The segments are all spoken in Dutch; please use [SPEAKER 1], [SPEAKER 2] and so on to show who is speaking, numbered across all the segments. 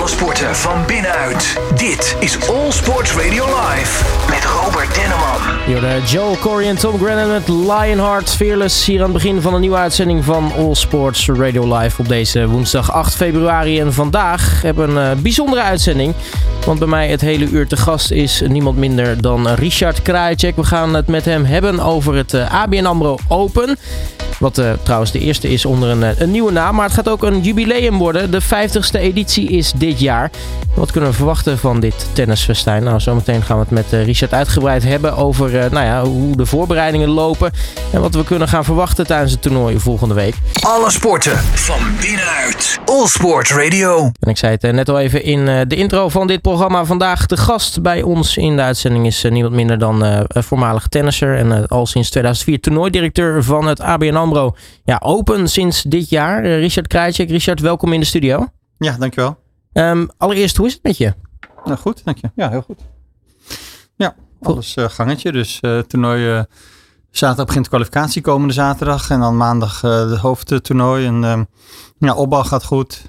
[SPEAKER 1] Alle sporten van binnenuit. Dit is All Sports Radio Live met Robert Denneman.
[SPEAKER 2] Joel Corey en Tom Grennan met Lionheart Fearless. Hier aan het begin van een nieuwe uitzending van All Sports Radio Live op deze woensdag 8 februari. En vandaag hebben we een bijzondere uitzending. Want bij mij het hele uur te gast is niemand minder dan Richard Krajicek. We gaan het met hem hebben over het ABN AMRO Open. Wat trouwens de eerste is onder een nieuwe naam. Maar het gaat ook een jubileum worden. De 50ste editie is dit jaar. Wat kunnen we verwachten van dit tennisfestijn? Nou, zometeen gaan we het met Richard uitgebreid hebben over hoe de voorbereidingen lopen. En wat we kunnen gaan verwachten tijdens het toernooi volgende week.
[SPEAKER 1] Alle sporten van binnenuit. All Sports Radio.
[SPEAKER 2] En ik zei het net al even in de intro van dit programma. Vandaag de gast bij ons in de uitzending is niemand minder dan voormalig tennisser. En al sinds 2004 toernooidirecteur van het ABN AMRO Open sinds dit jaar. Richard Krajicek. Richard, welkom in de studio.
[SPEAKER 3] Ja, dankjewel.
[SPEAKER 2] Allereerst, hoe is het met je?
[SPEAKER 3] Nou, goed, dank je. Ja, heel goed. Ja, alles gangetje. Dus toernooi zaterdag begint de kwalificatie komende zaterdag. En dan maandag de hoofdtoernooi. En opbouw gaat goed.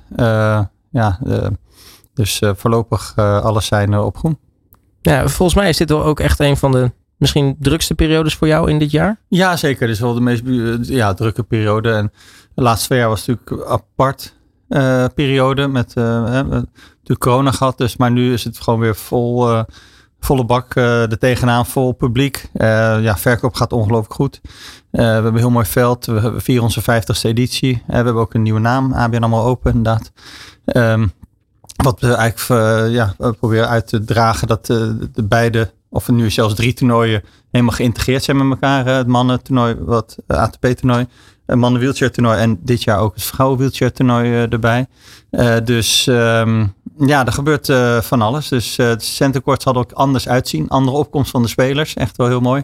[SPEAKER 3] Dus voorlopig alles zijn op groen. Ja,
[SPEAKER 2] volgens mij is dit wel ook echt een van de misschien drukste periodes voor jou in dit jaar?
[SPEAKER 3] Ja, zeker. Dit is wel de meest drukke periode. En de laatste 2 jaar was natuurlijk apart. Periode met de corona gehad. Dus, maar nu is het gewoon weer volle bak er tegenaan, vol publiek. Verkoop gaat ongelooflijk goed. We hebben een heel mooi veld. We vieren onze 50ste editie. We hebben ook een nieuwe naam, ABN AMRO Open inderdaad. Wat we eigenlijk proberen uit te dragen dat de beide, of nu zelfs 3 toernooien helemaal geïntegreerd zijn met elkaar. Het mannentoernooi, wat ATP-toernooi. Een mannen wheelchair toernooi en dit jaar ook het vrouwen wheelchair toernooi erbij. Er gebeurt van alles. Dus de centercourts hadden ook anders uitzien. Andere opkomst van de spelers. Echt wel heel mooi.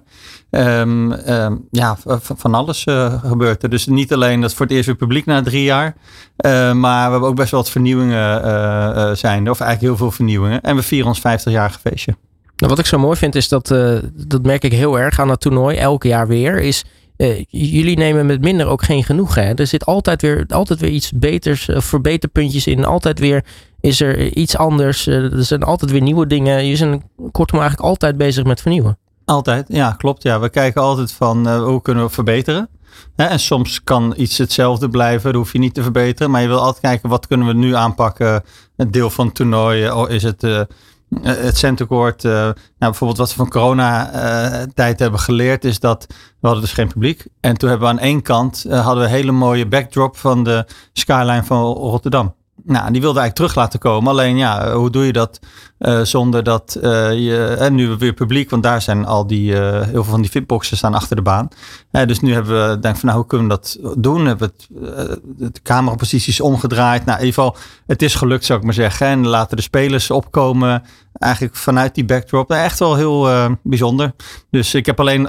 [SPEAKER 3] Van alles gebeurt er. Dus niet alleen dat voor het eerst weer publiek na 3 jaar. Maar we hebben ook best wel wat vernieuwingen zijn. Of eigenlijk heel veel vernieuwingen. En we vieren ons 50-jarige feestje.
[SPEAKER 2] Nou, wat ik zo mooi vind is dat merk ik heel erg aan het toernooi. Elk jaar weer is... jullie nemen met minder ook geen genoegen. Hè? Er zit altijd weer iets beters, verbeterpuntjes in. Altijd weer is er iets anders. Er zijn altijd weer nieuwe dingen. Je bent kortom eigenlijk altijd bezig met vernieuwen.
[SPEAKER 3] Altijd, ja, klopt. Ja. We kijken altijd van hoe kunnen we verbeteren. En soms kan iets hetzelfde blijven. Dat hoef je niet te verbeteren. Maar je wil altijd kijken wat kunnen we nu aanpakken. Een deel van het toernooi. Is het... het centercourt, bijvoorbeeld wat we van corona-tijd hebben geleerd is dat we hadden dus geen publiek. En toen hebben we aan één kant hadden we een hele mooie backdrop van de skyline van Rotterdam. Nou, die wilde eigenlijk terug laten komen. Alleen hoe doe je dat zonder dat en nu weer publiek, want daar zijn al die heel veel van die fitboxen staan achter de baan. Dus nu hebben we denk van hoe kunnen we dat doen? Hebben we de cameraposities omgedraaid. Nou, in ieder geval, het is gelukt, zou ik maar zeggen. En laten de spelers opkomen. Eigenlijk vanuit die backdrop. Echt wel heel bijzonder. Dus ik heb alleen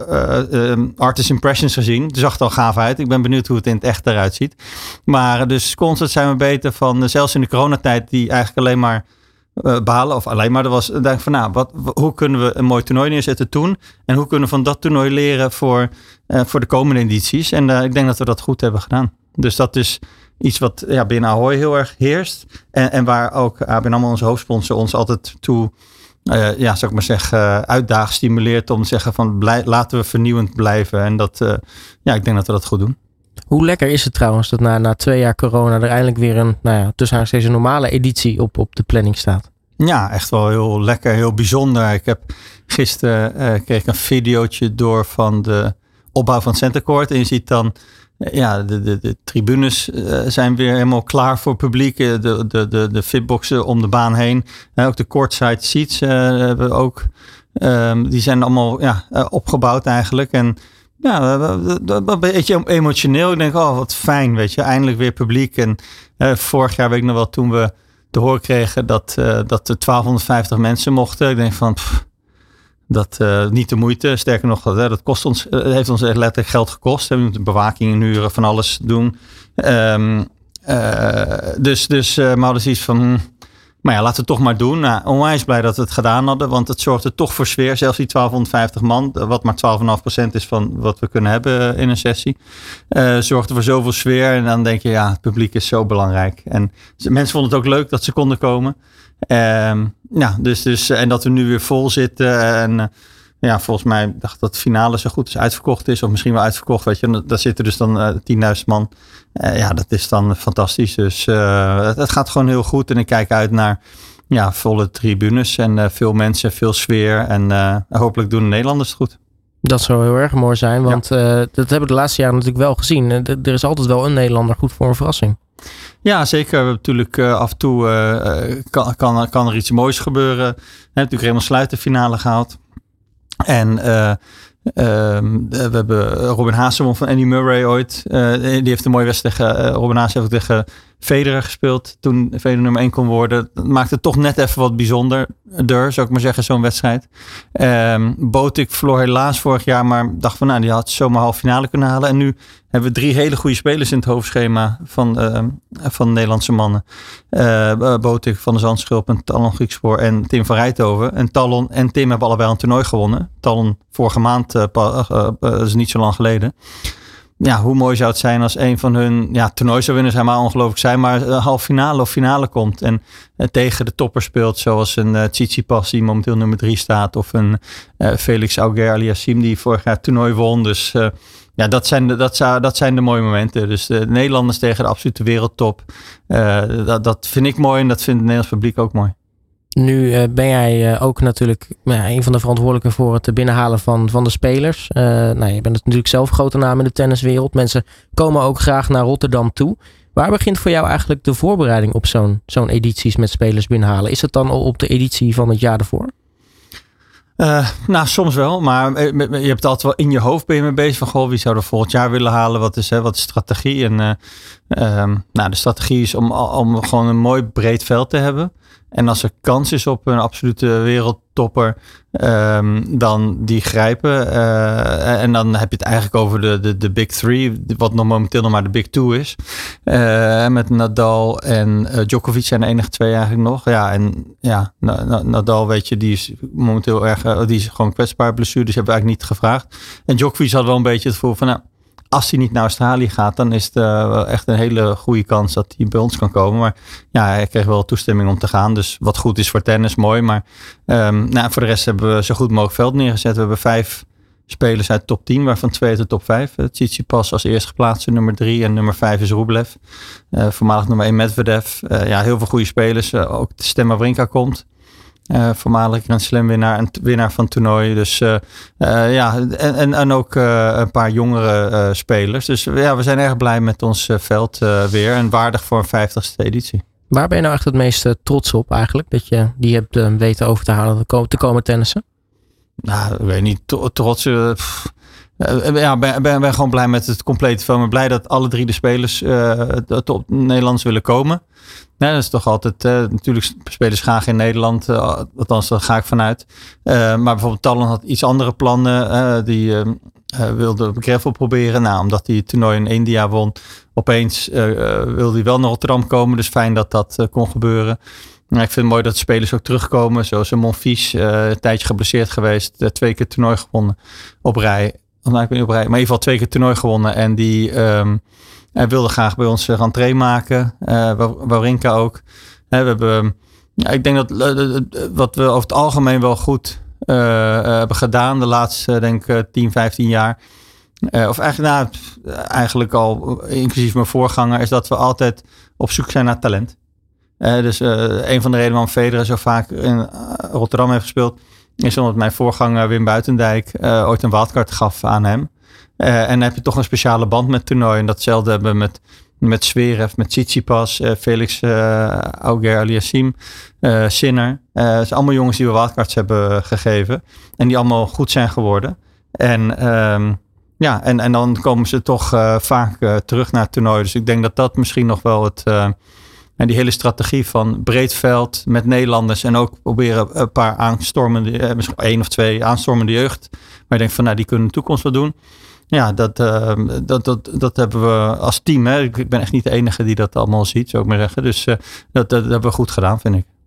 [SPEAKER 3] artist impressions gezien. Het zag er al gaaf uit. Ik ben benieuwd hoe het in het echt eruit ziet. Maar dus constant zijn we beter van, zelfs in de coronatijd, die eigenlijk alleen maar balen. Of alleen maar, er was denk ik van hoe kunnen we een mooi toernooi neerzetten toen? En hoe kunnen we van dat toernooi leren voor de komende edities? En ik denk dat we dat goed hebben gedaan. Dus dat is iets wat binnen Ahoy heel erg heerst. En waar ook ABN AMRO, onze hoofdsponsor, ons altijd toe, zou ik maar zeggen, uitdaagt, stimuleert om te zeggen van laten we vernieuwend blijven. En dat, ik denk dat we dat goed doen.
[SPEAKER 2] Hoe lekker is het trouwens dat na 2 jaar corona er eindelijk weer een, tussen haar steeds een normale editie op de planning staat?
[SPEAKER 3] Ja, echt wel heel lekker, heel bijzonder. Ik heb gisteren kreeg een videootje door van de opbouw van het centercourt. En je ziet dan, de tribunes zijn weer helemaal klaar voor publiek. De fitboxen om de baan heen. Ook de courtside seats hebben we ook. Die zijn allemaal opgebouwd eigenlijk. En een beetje emotioneel. Ik denk, wat fijn, weet je. Eindelijk weer publiek. En vorig jaar weet ik nog wel, toen we te horen kregen dat er 1250 mensen mochten. Ik denk van, dat niet de moeite. Sterker nog, dat kost ons, heeft ons echt letterlijk geld gekost. We moeten bewaking inhuren, van alles doen. Maar hadden zoiets van, Maar ja, laten we het toch maar doen. Nou, onwijs blij dat we het gedaan hadden. Want het zorgde toch voor sfeer. Zelfs die 1250 man. Wat maar 12,5% is van wat we kunnen hebben in een sessie. Zorgde voor zoveel sfeer. En dan denk je, ja, het publiek is zo belangrijk. En mensen vonden het ook leuk dat ze konden komen. Dus, en dat we nu weer vol zitten. En volgens mij dacht dat de finale zo goed als uitverkocht is. Of misschien wel uitverkocht. Weet je. Daar zitten dus dan 10.000 man. Dat is dan fantastisch. Dus het gaat gewoon heel goed. En ik kijk uit naar volle tribunes. En veel mensen, veel sfeer. En hopelijk doen de Nederlanders het goed.
[SPEAKER 2] Dat zou heel erg mooi zijn. Want dat hebben we de laatste jaren natuurlijk wel gezien. Er is altijd wel een Nederlander goed voor een verrassing.
[SPEAKER 3] Ja, zeker. We hebben natuurlijk af en toe kan er iets moois gebeuren. We hebben natuurlijk helemaal sluiterfinale gehaald. En we hebben Robin Haase won van Andy Murray ooit. Die heeft een mooie wedstrijd tegen Robin Haase heeft tegen Federer gespeeld. Toen Federer nummer 1 kon worden. Dat maakte het toch net even wat bijzonderder, zou ik maar zeggen, zo'n wedstrijd. Botik verloor helaas vorig jaar, maar dacht van die had zomaar halve finale kunnen halen. En nu hebben we 3 hele goede spelers in het hoofdschema van de Nederlandse mannen. Botik, Van der Zandschulp en Talon Griekspoor en Tim van Rijthoven. En Talon en Tim hebben allebei een toernooi gewonnen. Talon vorige maand, dat is niet zo lang geleden. Ja, hoe mooi zou het zijn als een van hun toernooi zou winnen, zou maar ongelooflijk zijn, maar halve finale of finale komt en tegen de topper speelt, zoals een Tsitsipas die momenteel nummer 3 staat, of een Felix Auger-Aliassime die vorig jaar het toernooi won. Dus dat zijn de mooie momenten. Dus de Nederlanders tegen de absolute wereldtop, dat vind ik mooi en dat vindt het Nederlands publiek ook mooi.
[SPEAKER 2] Nu ben jij ook natuurlijk een van de verantwoordelijken voor het binnenhalen van de spelers. Je bent natuurlijk zelf grote naam in de tenniswereld. Mensen komen ook graag naar Rotterdam toe. Waar begint voor jou eigenlijk de voorbereiding op zo'n edities met spelers binnenhalen? Is het dan al op de editie van het jaar ervoor?
[SPEAKER 3] Soms wel, maar je hebt altijd wel in je hoofd ben je mee bezig van wie zou er volgend jaar willen halen, wat is de strategie? En de strategie is om gewoon een mooi breed veld te hebben. En als er kans is op een absolute wereldtopper, dan die grijpen. En dan heb je het eigenlijk over de Big Three, wat nog momenteel nog maar de Big Two is. Met Nadal en Djokovic zijn de enige 2 eigenlijk nog. Nadal, weet je, die is momenteel die is gewoon kwetsbaar, blessure, dus hebben we eigenlijk niet gevraagd. En Djokovic had wel een beetje het gevoel van, als hij niet naar Australië gaat, dan is het wel echt een hele goede kans dat hij bij ons kan komen. Maar hij kreeg wel toestemming om te gaan. Dus wat goed is voor tennis, mooi. Maar voor de rest hebben we zo goed mogelijk veld neergezet. We hebben 5 spelers uit de top 10, waarvan 2 uit de top 5. Tsitsipas als eerste geplaatste, nummer 3. En nummer 5 is Rublev. Voormalig nummer 1 Medvedev. Heel veel goede spelers. Ook Stan Wawrinka komt. Voormalig Grand Slam winnaar van het toernooi. Dus en ook een paar jongere spelers. Dus we zijn erg blij met ons veld weer. En waardig voor een 50ste editie.
[SPEAKER 2] Waar ben je nou echt het meest trots op eigenlijk? Dat je die hebt weten over te halen te komen tennissen?
[SPEAKER 3] Ik weet niet. Trots. Ben gewoon blij met het complete veld. Ik ben blij dat alle 3 de spelers tot Nederlands willen komen. Dat is toch altijd, natuurlijk spelers graag in Nederland, althans daar ga ik vanuit. Maar bijvoorbeeld Talon had iets andere plannen. Die wilde gravel proberen. Omdat hij het toernooi in India won, opeens wilde hij wel naar Rotterdam komen. Dus fijn dat dat kon gebeuren. Ik vind het mooi dat de spelers ook terugkomen. Zoals Monfils, een tijdje geblesseerd geweest. 2 keer toernooi gewonnen op rij. Ik ben niet op rij, maar in ieder geval 2 keer toernooi gewonnen. En die wilde graag bij ons rentree maken. Wawrinka ook. We hebben, ik denk dat wat we over het algemeen wel goed hebben gedaan. De laatste, denk ik, 10, 15 jaar. Of eigenlijk al, inclusief mijn voorganger, is dat we altijd op zoek zijn naar talent. Dus een van de redenen waarom Federer zo vaak in Rotterdam heeft gespeeld, is omdat mijn voorganger Wim Buitendijk ooit een wildcard gaf aan hem. En dan heb je toch een speciale band met het toernooi. En datzelfde hebben we met Zverev, met Tsitsipas, Felix Auger-Aliassime, Sinner. Het zijn allemaal jongens die we wildcards hebben gegeven. En die allemaal goed zijn geworden. En dan komen ze toch vaak terug naar het toernooi. Dus ik denk dat dat misschien nog wel en die hele strategie van breed veld met Nederlanders en ook proberen een paar aanstormende, misschien 1 of 2 aanstormende jeugd. Maar ik denk van die kunnen in de toekomst wat doen. Ja, dat hebben we als team. Hè. Ik ben echt niet de enige die dat allemaal ziet, zou ik maar zeggen. Dus dat hebben we goed gedaan, vind ik.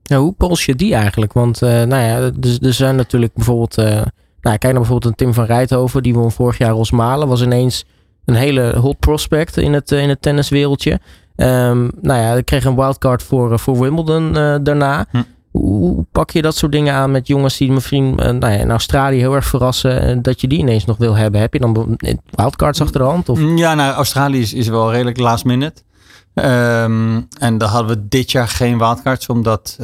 [SPEAKER 2] Ja, hoe pols je die eigenlijk? Want er zijn natuurlijk bijvoorbeeld... kijk naar bijvoorbeeld een Tim van Rijthoven. Die won vorig jaar Rosmalen. Was ineens een hele hot prospect in het tenniswereldje. Ik kreeg een wildcard voor Wimbledon daarna. Hoe pak je dat soort dingen aan met jongens die misschien in Australië heel erg verrassen, dat je die ineens nog wil hebben? Heb je dan wildcards achter de hand? Of?
[SPEAKER 3] Ja, Australië is wel redelijk last minute. En daar hadden we dit jaar geen wildcards omdat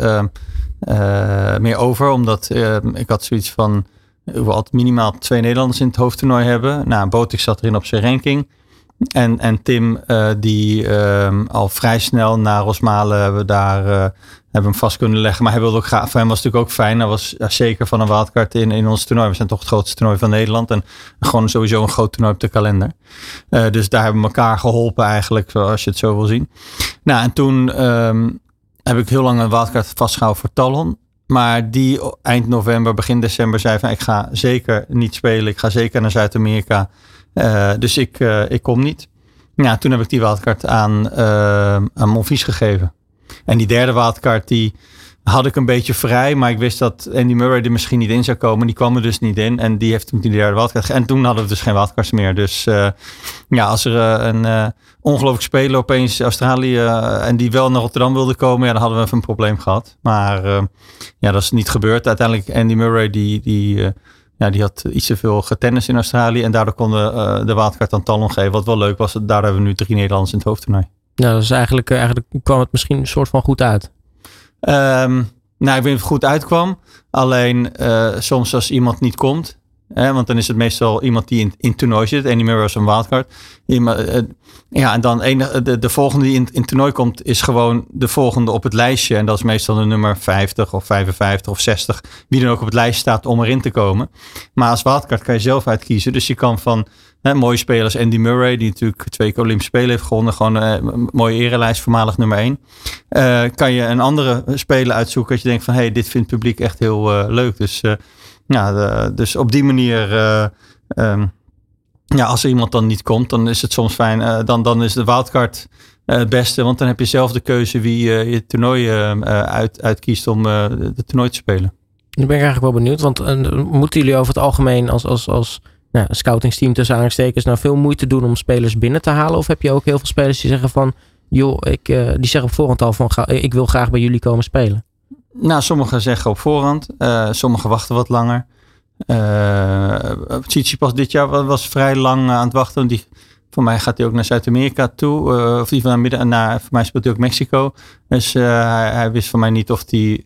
[SPEAKER 3] ik had zoiets van, we willen altijd minimaal 2 Nederlanders in het hoofdtoernooi hebben. Botic zat erin op zijn ranking. En Tim, die al vrij snel na Rosmalen hebben hem vast kunnen leggen. Maar hij wilde ook graag, voor hem was het natuurlijk ook fijn. Hij was zeker van een wildcard in ons toernooi. We zijn toch het grootste toernooi van Nederland. En gewoon sowieso een groot toernooi op de kalender. Dus daar hebben we elkaar geholpen eigenlijk, als je het zo wil zien. En toen heb ik heel lang een wildcard vastgehouden voor Talon. Maar die eind november, begin december zei van, ik ga zeker niet spelen. Ik ga zeker naar Zuid-Amerika. Dus ik kom niet. Toen heb ik die wildcard aan Monfils gegeven. En die derde wildcard, die had ik een beetje vrij. Maar ik wist dat Andy Murray er misschien niet in zou komen. Die kwam er dus niet in. En die heeft toen die derde wildcard gegeven. En toen hadden we dus geen wildcards meer. Dus als er een ongelooflijk speler opeens Australië en die wel naar Rotterdam wilde komen, dan hadden we even een probleem gehad. Maar dat is niet gebeurd. Uiteindelijk Andy Murray die had iets te veel getennis in Australië. En daardoor konden de wildcard aan Talon geven. Wat wel leuk was. Daar hebben we nu 3 Nederlanders in het hoofdtoernooi.
[SPEAKER 2] Nou, dus eigenlijk kwam het misschien een soort van goed uit.
[SPEAKER 3] Ik weet niet of het goed uitkwam. Alleen soms als iemand niet komt. Want dan is het meestal iemand die in het toernooi zit. Andy Murray was een wildcard. En dan de volgende die in het toernooi komt is gewoon de volgende op het lijstje. En dat is meestal de nummer 50 of 55 of 60. Wie dan ook op het lijstje staat om erin te komen. Maar als wildcard kan je zelf uitkiezen. Dus je kan van mooie spelers. Andy Murray, die natuurlijk 2 keer Olympische Spelen heeft gewonnen. Gewoon een mooie erelijst, voormalig nummer 1. Kan je een andere speler uitzoeken. Dat je denkt van, dit vindt het publiek echt heel leuk. Dus dus op die manier, als er iemand dan niet komt, dan is het soms fijn. Dan is de wildcard het beste, want dan heb je zelf de keuze wie je toernooi uitkiest om het toernooi te spelen.
[SPEAKER 2] Nu ben ik eigenlijk wel benieuwd, want moeten jullie over het algemeen als scoutingsteam tussen aanhalingstekens veel moeite doen om spelers binnen te halen? Of heb je ook heel veel spelers die zeggen van, die zeggen op voorhand al van, ik wil graag bij jullie komen spelen?
[SPEAKER 3] Sommigen zeggen op voorhand. Sommigen wachten wat langer. Tsitsipas dit jaar was vrij lang aan het wachten. Voor mij gaat hij ook naar Zuid-Amerika toe. Of die van voor mij speelt hij ook Mexico. Dus hij wist van mij niet of hij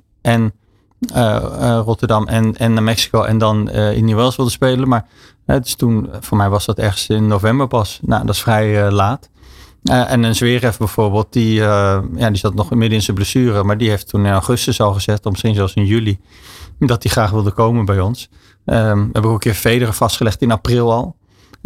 [SPEAKER 3] Rotterdam en naar Mexico en dan in New Wales wilde spelen. Maar dus toen, voor mij was dat ergens in november pas. Dat is vrij laat. En een Zverev bijvoorbeeld, die zat nog midden in zijn blessure. Maar die heeft toen in augustus al gezegd, of misschien zelfs in juli, dat hij graag wilde komen bij ons. We hebben ook een keer Federer vastgelegd in april al.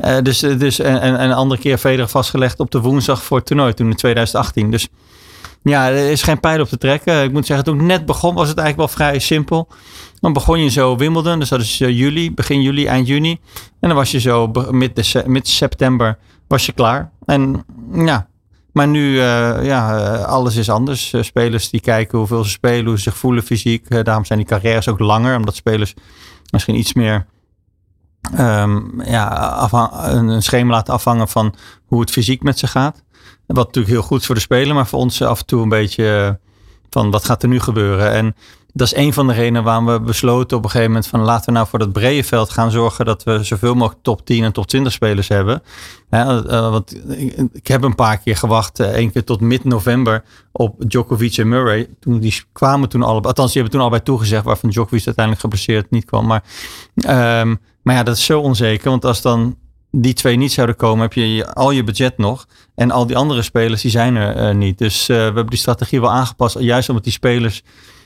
[SPEAKER 3] En een andere keer Federer vastgelegd op de woensdag voor het toernooi, toen in 2018. Dus er is geen pijl op te trekken. Ik moet zeggen, toen ik net begon was het eigenlijk wel vrij simpel. Dan begon je zo Wimbledon, dus dat is begin juli, eind juni. En dan was je zo mid september was je klaar. En maar nu, alles is anders. Spelers die kijken hoeveel ze spelen, hoe ze zich voelen fysiek. Daarom zijn die carrières ook langer, omdat spelers misschien iets meer een schema laten afhangen van hoe het fysiek met ze gaat. Wat natuurlijk heel goed is voor de speler, maar voor ons af en toe een beetje van wat gaat er nu gebeuren. En dat is een van de redenen waarom we besloten op een gegeven moment van laten we nou voor dat brede veld gaan zorgen dat we zoveel mogelijk top 10 en top 20 spelers hebben. Want ik heb een paar keer gewacht, 1 keer tot mid-november op Djokovic en Murray. Die kwamen toen allebei, althans die hebben toen allebei toegezegd, waarvan Djokovic uiteindelijk geblesseerd niet kwam. Maar dat is zo onzeker, want als dan die 2 niet zouden komen, heb je al je budget nog. En al die andere spelers, die zijn er niet. Dus we hebben die strategie wel aangepast, juist omdat die spelers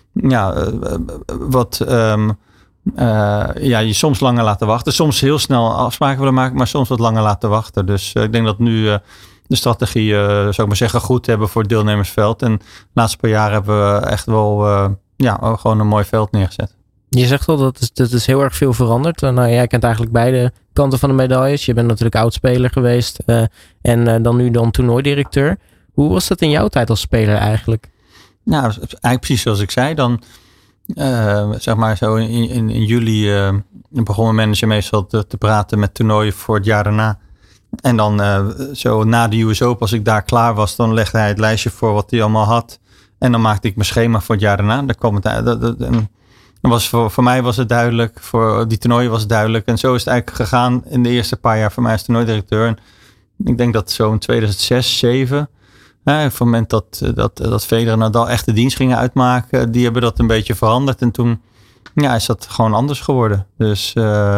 [SPEAKER 3] je soms langer laten wachten. Soms heel snel afspraken willen maken, maar soms wat langer laten wachten. Dus ik denk dat nu de strategie, zou ik maar zeggen, goed hebben voor het deelnemersveld. En de laatste paar jaar hebben we echt wel gewoon een mooi veld neergezet.
[SPEAKER 2] Je zegt al dat is heel erg veel veranderd. Jij kent eigenlijk beide kanten van de medailles. Je bent natuurlijk oudspeler geweest en dan nu toernooidirecteur. Hoe was dat in jouw tijd als speler eigenlijk?
[SPEAKER 3] Nou, eigenlijk precies zoals ik zei. Dan zeg maar zo in juli begon mijn manager meestal te praten met toernooien voor het jaar daarna. En dan zo na de US Open, als ik daar klaar was, dan legde hij het lijstje voor wat hij allemaal had. En dan maakte ik mijn schema voor het jaar daarna. Daar kwam het uit. Voor mij was het duidelijk, voor die toernooien was het duidelijk. En zo is het eigenlijk gegaan in de eerste paar jaar voor mij als toernooidirecteur. En ik denk dat zo in 2006, 2007, op het moment dat Federer en Nadal echt de dienst gingen uitmaken, die hebben dat een beetje veranderd. En toen is dat gewoon anders geworden. Dus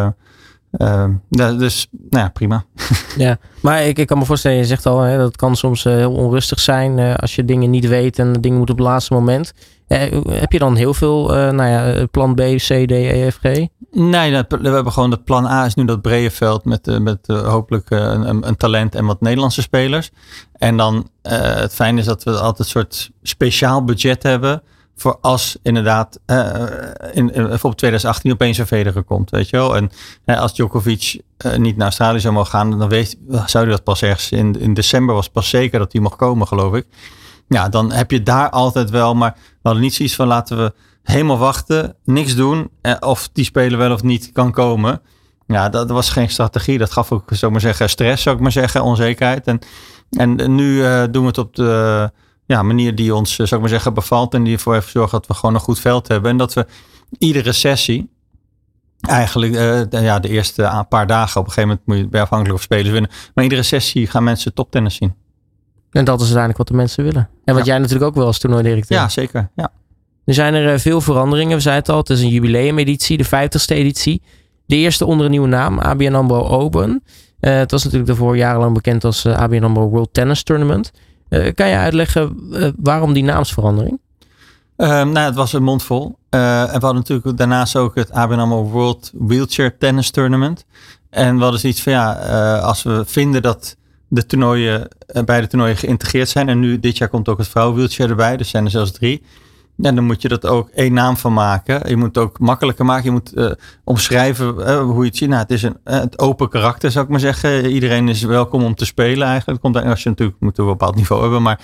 [SPEAKER 3] prima.
[SPEAKER 2] Ja, maar ik kan me voorstellen, je zegt al, dat het kan soms heel onrustig zijn als je dingen niet weet en dingen moeten op het laatste moment. Heb je dan heel veel plan B, C, D, E, F, G?
[SPEAKER 3] Nee, we hebben gewoon de plan A is nu dat brede veld met hopelijk een talent en wat Nederlandse spelers. En dan het fijne is dat we altijd een soort speciaal budget hebben voor als inderdaad bijvoorbeeld 2018 opeens een Federer komt, weet je wel. En als Djokovic niet naar Australië zou mogen gaan, dan zou hij dat pas ergens in december was pas zeker dat hij mocht komen, geloof ik. Ja, dan heb je daar altijd wel, maar we hadden niet zoiets van laten we helemaal wachten, niks doen, of die speler wel of niet kan komen. Ja, dat was geen strategie. Dat gaf ook, stress, zou ik maar zeggen, onzekerheid. En nu doen we het op de manier die ons, bevalt en die ervoor heeft gezorgd dat we gewoon een goed veld hebben. En dat we iedere sessie, eigenlijk de eerste paar dagen, op een gegeven moment moet je bij afhankelijk of spelers winnen, maar iedere sessie gaan mensen toptennis zien.
[SPEAKER 2] En dat is uiteindelijk wat de mensen willen. En wat jij natuurlijk ook wel als toernooidirecteur.
[SPEAKER 3] Ja, zeker. Ja.
[SPEAKER 2] Er zijn er veel veranderingen. We zeiden het al, het is een jubileumeditie, de 50ste editie. De eerste onder een nieuwe naam, ABN AMRO Open. Het was natuurlijk daarvoor jarenlang bekend als ABN AMRO World Tennis Tournament. Kan je uitleggen waarom die naamsverandering?
[SPEAKER 3] Het was een mondvol. En we hadden natuurlijk daarnaast ook het ABN AMRO World Wheelchair Tennis Tournament. En we hadden zoiets van als we vinden dat de toernooien, beide toernooien geïntegreerd zijn. En nu dit jaar komt ook het vrouwenwheelchair erbij. Dus zijn er zelfs 3. En dan moet je dat ook één naam van maken. Je moet het ook makkelijker maken. Je moet omschrijven hoe je het ziet. Nou, het is het open karakter, zou ik maar zeggen. Iedereen is welkom om te spelen eigenlijk. Dat komt als je natuurlijk moet een bepaald niveau hebben. Maar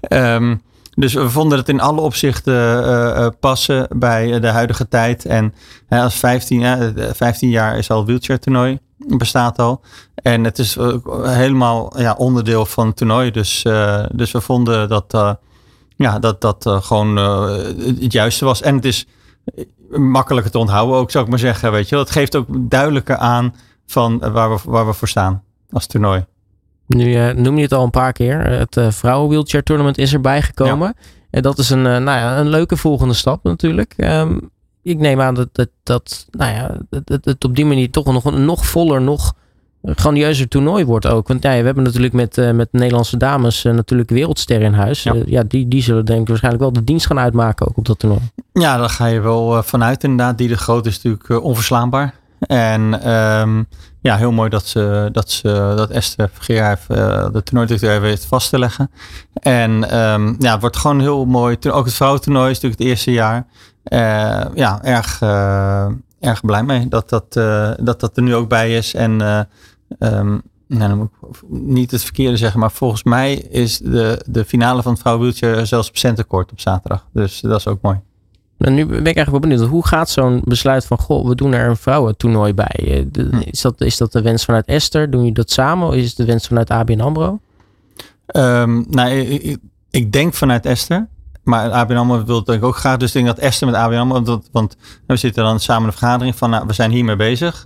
[SPEAKER 3] dus we vonden het in alle opzichten passen bij de huidige tijd. En als 15 jaar is al het wheelchair toernooi. Bestaat al. En het is helemaal onderdeel van het toernooi. Dus we vonden dat gewoon het juiste was. En het is makkelijker te onthouden ook, zou ik maar zeggen. Weet je wel. Het geeft ook duidelijker aan van waar we voor staan als toernooi.
[SPEAKER 2] Nu noem je het al een paar keer. Het vrouwen-wheelchair tournament is erbij gekomen. Ja. En dat is een leuke volgende stap natuurlijk. Ik neem aan dat het op die manier toch een nog voller, nog grandieuzer toernooi wordt ook. Want we hebben natuurlijk met Nederlandse dames natuurlijk wereldsterren in huis. Ja. Die zullen denk ik waarschijnlijk wel de dienst gaan uitmaken ook op dat toernooi. Ja,
[SPEAKER 3] daar ga je wel vanuit inderdaad. Die de Groot is natuurlijk onverslaanbaar. En heel mooi dat Esther Vergeer de toernooidirecteur weet vast te leggen. En het wordt gewoon heel mooi. Ook het vrouwentoernooi is natuurlijk het eerste jaar. Erg blij mee dat er nu ook bij is. En dan moet ik niet het verkeerde zeggen, maar volgens mij is de finale van het vrouwenwheelchair zelfs op centenkort op zaterdag. Dus dat is ook mooi.
[SPEAKER 2] En nu ben ik eigenlijk wel benieuwd. Hoe gaat zo'n besluit van, we doen er een vrouwentoernooi bij? Is dat de wens vanuit Esther? Doen jullie dat samen? Of is het de wens vanuit ABN AMRO?
[SPEAKER 3] Ik denk vanuit Esther. Maar ABN AMRO wil het denk ik ook graag. Dus ik denk dat Esther met ABN AMRO, want we zitten dan samen in de vergadering van, we zijn hiermee bezig.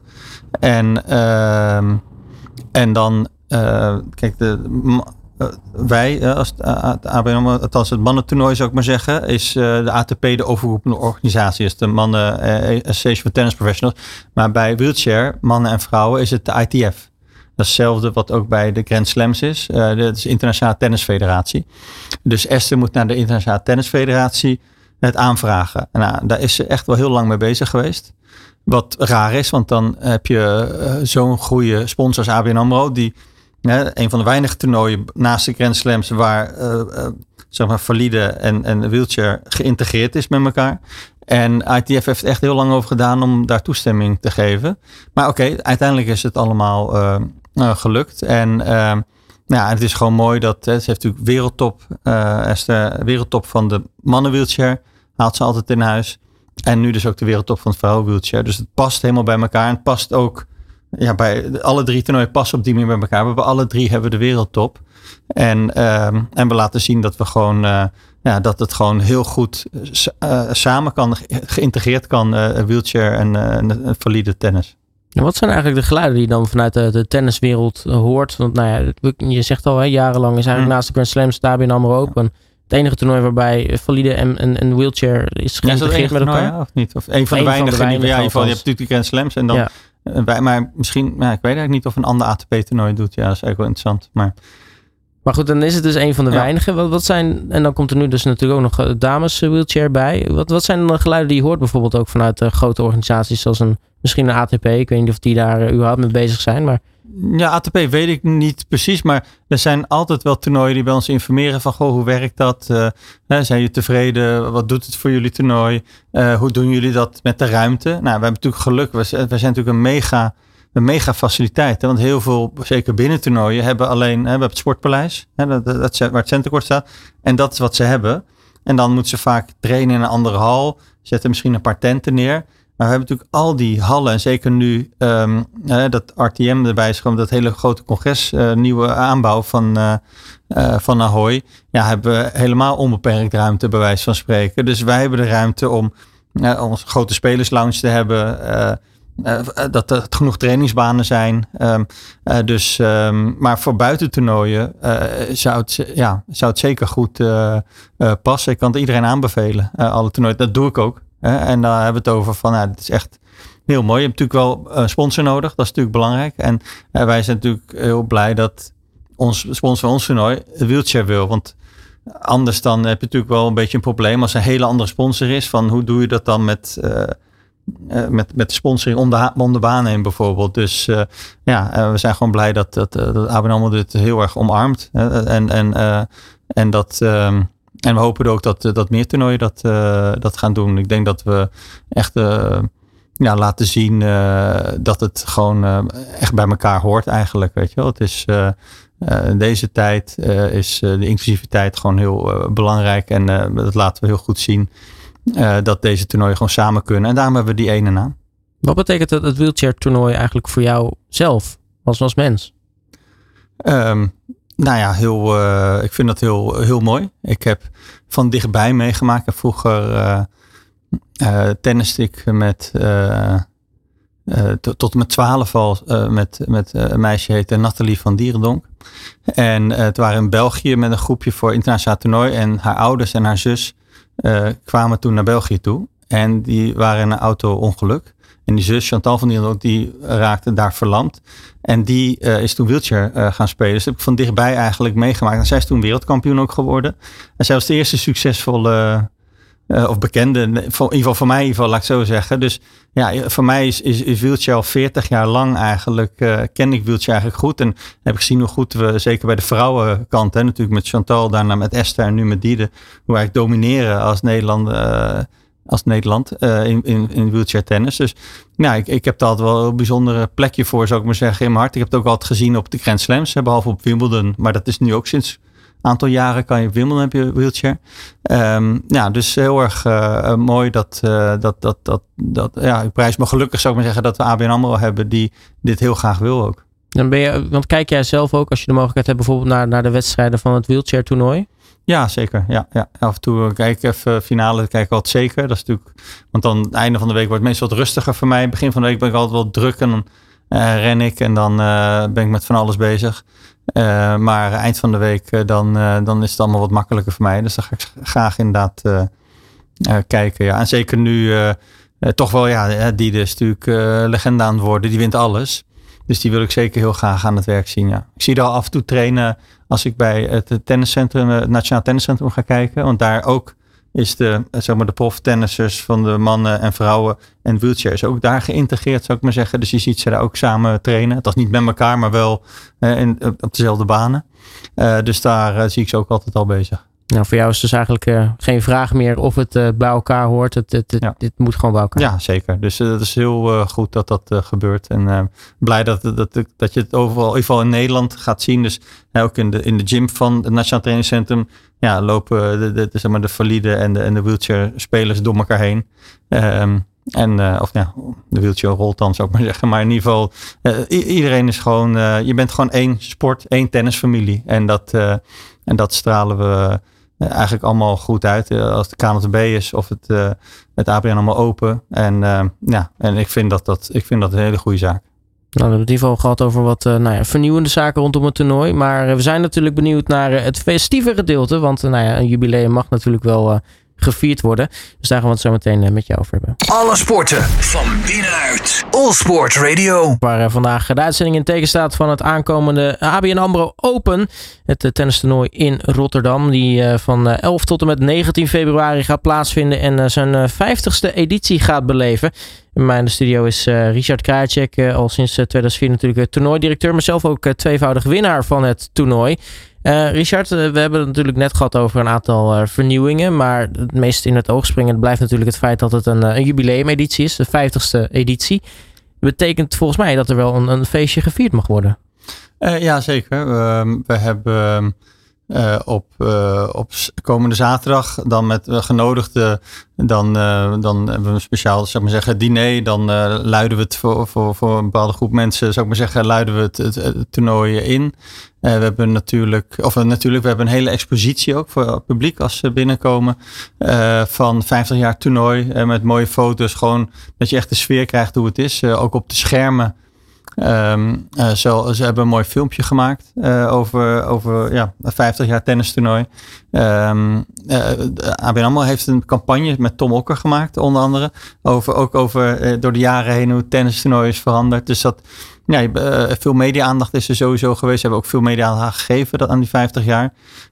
[SPEAKER 3] En dan, kijk, wij als ABN AMRO, althans het mannentoernooi zou ik maar zeggen, is de ATP de overroepende organisatie. Is de mannen Association for Tennis Professionals. Maar bij wheelchair, mannen en vrouwen, is het de ITF. Dat is hetzelfde wat ook bij de Grand Slams is. Dat is de Internationale Tennisfederatie. Dus Esther moet naar de Internationale Tennisfederatie het aanvragen. Nou, daar is ze echt wel heel lang mee bezig geweest. Wat raar is, want dan heb je zo'n goede sponsor als ABN AMRO, die een van de weinige toernooien naast de Grand Slams waar valide en wheelchair geïntegreerd is met elkaar. En ITF heeft echt heel lang over gedaan om daar toestemming te geven. Maar oké, uiteindelijk is het allemaal gelukt. En Ja, het is gewoon mooi dat ze heeft natuurlijk wereldtop van de mannenwheelchair. Haalt ze altijd in huis. En nu dus ook de wereldtop van het vrouwenwheelchair. Dus het past helemaal bij elkaar. En het past ook bij alle 3 toernooien passen op die manier bij elkaar. We hebben alle 3 de wereldtop. En we laten zien dat we gewoon dat het gewoon heel goed samen kan, geïntegreerd kan, wheelchair en valide tennis.
[SPEAKER 2] En wat zijn eigenlijk de geluiden die je dan vanuit de tenniswereld hoort? Want je zegt al, jarenlang is eigenlijk naast de Grand Slams de ABN AMRO Open het enige toernooi waarbij valide en wheelchair is geïntegreerd met elkaar.
[SPEAKER 3] Ja, of niet? Of een van de weinige. Ja, in ieder geval, je hebt natuurlijk de Grand Slams en dan maar misschien, ik weet eigenlijk niet of een ander ATP-toernooi doet. Ja, dat is eigenlijk wel interessant.
[SPEAKER 2] Maar goed, dan is het dus een van de weinigen. Wat zijn, en dan komt er nu dus natuurlijk ook nog dames wheelchair bij. Wat zijn de geluiden die je hoort bijvoorbeeld ook vanuit grote organisaties zoals misschien een ATP? Ik weet niet of die daar überhaupt mee bezig zijn, maar...
[SPEAKER 3] Ja, ATP weet ik niet precies, maar er zijn altijd wel toernooien die bij ons informeren van, hoe werkt dat? Zijn jullie tevreden? Wat doet het voor jullie toernooi? Hoe doen jullie dat met de ruimte? Nou, we hebben natuurlijk geluk. We zijn natuurlijk een mega faciliteit. Hè? Want heel veel, zeker binnen toernooien, hebben het Sportpaleis, waar het centenkort staat. En dat is wat ze hebben. En dan moeten ze vaak trainen in een andere hal. Zetten misschien een paar tenten neer. Maar we hebben natuurlijk al die hallen. En zeker nu dat RTM erbij is gewoon dat hele grote congres. Nieuwe aanbouw van Ahoy. Ja, hebben we helemaal onbeperkt ruimte bij wijze van spreken. Dus wij hebben de ruimte om onze grote spelerslounge te hebben. Dat er genoeg trainingsbanen zijn. Maar voor buitentoernooien zou het zeker goed passen. Ik kan het iedereen aanbevelen. Alle toernooien. Dat doe ik ook. En daar hebben we het over van, het is echt heel mooi. Je hebt natuurlijk wel een sponsor nodig. Dat is natuurlijk belangrijk. En wij zijn natuurlijk heel blij dat ons sponsor van ons toernooi een wheelchair wil. Want anders dan heb je natuurlijk wel een beetje een probleem als een hele andere sponsor is. Van hoe doe je dat dan met de sponsoring om de baan heen bijvoorbeeld. Dus we zijn gewoon blij dat ABN AMRO dit heel erg omarmt. En we hopen ook dat meer toernooien dat gaan doen. Ik denk dat we echt laten zien dat het gewoon echt bij elkaar hoort eigenlijk. Weet je wel. Het is in deze tijd is de inclusiviteit gewoon heel belangrijk. En dat laten we heel goed zien. Dat deze toernooien gewoon samen kunnen. En daarom hebben we die ene naam.
[SPEAKER 2] Wat betekent het wheelchair toernooi eigenlijk voor jou zelf als mens? Ik vind dat heel mooi. Ik heb van dichtbij meegemaakt. Ik heb vroeger tenniste ik tot en met 12 al met een meisje heette Nathalie van Dierendonk. En het waren in België met een groepje voor internationaal toernooi. En haar ouders en haar zus kwamen toen naar België toe. En die waren in een auto-ongeluk. En die zus, Chantal van Dierendonk, die raakte daar verlamd. En die is toen wheelchair gaan spelen. Dus dat heb ik van dichtbij eigenlijk meegemaakt. En zij is toen wereldkampioen ook geworden. En zij was de eerste succesvolle of bekende, in ieder geval voor mij, laat ik zo zeggen. Dus ja, voor mij is wheelchair al 40 jaar lang eigenlijk, ken ik wheelchair eigenlijk goed. En heb ik gezien hoe goed we, zeker bij de vrouwenkant, natuurlijk met Chantal, daarna met Esther en nu met Diede, hoe wij domineren als Nederland in wheelchair tennis. Dus ja, ik heb daar altijd wel een bijzondere plekje voor, zou ik maar zeggen, in mijn hart. Ik heb het ook altijd gezien op de Grand Slams, behalve op Wimbledon. Maar dat is nu ook sinds een aantal jaren kan je op Wimbledon heb je wheelchair. Dus heel erg mooi dat ik prijs me gelukkig, zou ik maar zeggen, dat we ABN AMRO hebben die dit heel graag wil ook. Want kijk jij zelf ook, als je de mogelijkheid hebt, bijvoorbeeld naar de wedstrijden van het wheelchair toernooi?
[SPEAKER 3] Ja, zeker. Ja. Af en toe kijk ik even finale, kijk ik altijd zeker. Dat is natuurlijk, want dan het einde van de week wordt het meestal wat rustiger voor mij. Begin van de week ben ik altijd wel druk en dan ren ik en dan ben ik met van alles bezig. Maar eind van de week dan is het allemaal wat makkelijker voor mij. Dus dan ga ik graag inderdaad kijken. Ja. En zeker nu toch wel, Diede is natuurlijk legende aan het worden. Die wint alles. Dus die wil ik zeker heel graag aan het werk zien. Ja. Ik zie er al af en toe trainen als ik bij het tenniscentrum, het Nationaal Tenniscentrum ga kijken. Want daar ook is de proftennissers van de mannen en vrouwen en wheelchairs ook daar geïntegreerd, zou ik maar zeggen. Dus je ziet ze daar ook samen trainen. Het was niet met elkaar, maar wel op dezelfde banen. Dus daar zie ik ze ook altijd al bezig.
[SPEAKER 2] Nou, voor jou is dus eigenlijk geen vraag meer of het bij elkaar hoort. Dit moet gewoon bij elkaar.
[SPEAKER 3] Ja, zeker. Dus het is heel goed dat gebeurt. En blij dat je het overal, in ieder geval in Nederland, gaat zien. Dus ook in de gym van het Nationaal Trainingscentrum lopen de valide en de wheelchair spelers door elkaar heen. De wheelchair rolt dan, zou ik maar zeggen. Maar in ieder geval, iedereen is gewoon, je bent gewoon één sport, één tennisfamilie. En dat stralen we eigenlijk allemaal goed uit. Als de KNVB is of het ABN allemaal open. En ik vind dat een hele goede zaak.
[SPEAKER 2] Nou, we hebben het in ieder geval gehad over wat vernieuwende zaken rondom het toernooi. Maar we zijn natuurlijk benieuwd naar het festieve gedeelte. Want een jubileum mag natuurlijk wel gevierd worden. Dus daar gaan we het zo meteen met jou over hebben.
[SPEAKER 1] Alle sporten van binnenuit. All Sport Radio.
[SPEAKER 2] Waar vandaag de uitzending in teken staat van het aankomende ABN AMRO Open. Het tennistoernooi in Rotterdam. Die van 11 tot en met 19 februari gaat plaatsvinden. En zijn 50ste editie gaat beleven. Bij mij in de studio is Richard Krajicek. Al sinds 2004 natuurlijk toernooidirecteur. Maar zelf ook tweevoudig winnaar van het toernooi. Richard, we hebben het natuurlijk net gehad over een aantal vernieuwingen. Maar het meest in het oog springend blijft natuurlijk het feit dat het een jubileumeditie is. De 50ste editie. Dat betekent volgens mij dat er wel een feestje gevierd mag worden.
[SPEAKER 3] Ja, zeker. We hebben op komende zaterdag dan met genodigden. Dan hebben we een speciaal, zou ik maar zeggen, diner. Dan luiden we het voor een bepaalde groep mensen, zou ik maar zeggen, luiden we het toernooi in. We hebben natuurlijk, we hebben een hele expositie ook voor het publiek als ze binnenkomen. Van 50 jaar toernooi. Met mooie foto's. Gewoon dat je echt de sfeer krijgt hoe het is. Ook op de schermen. Ze hebben een mooi filmpje gemaakt over 50 jaar tennistoernooi. ABN AMRO heeft een campagne met Tom Okker gemaakt, onder andere. Over door de jaren heen hoe het tennistoernooi is veranderd. Dus veel media-aandacht is er sowieso geweest. Ze hebben ook veel media-aandacht gegeven aan die 50 jaar.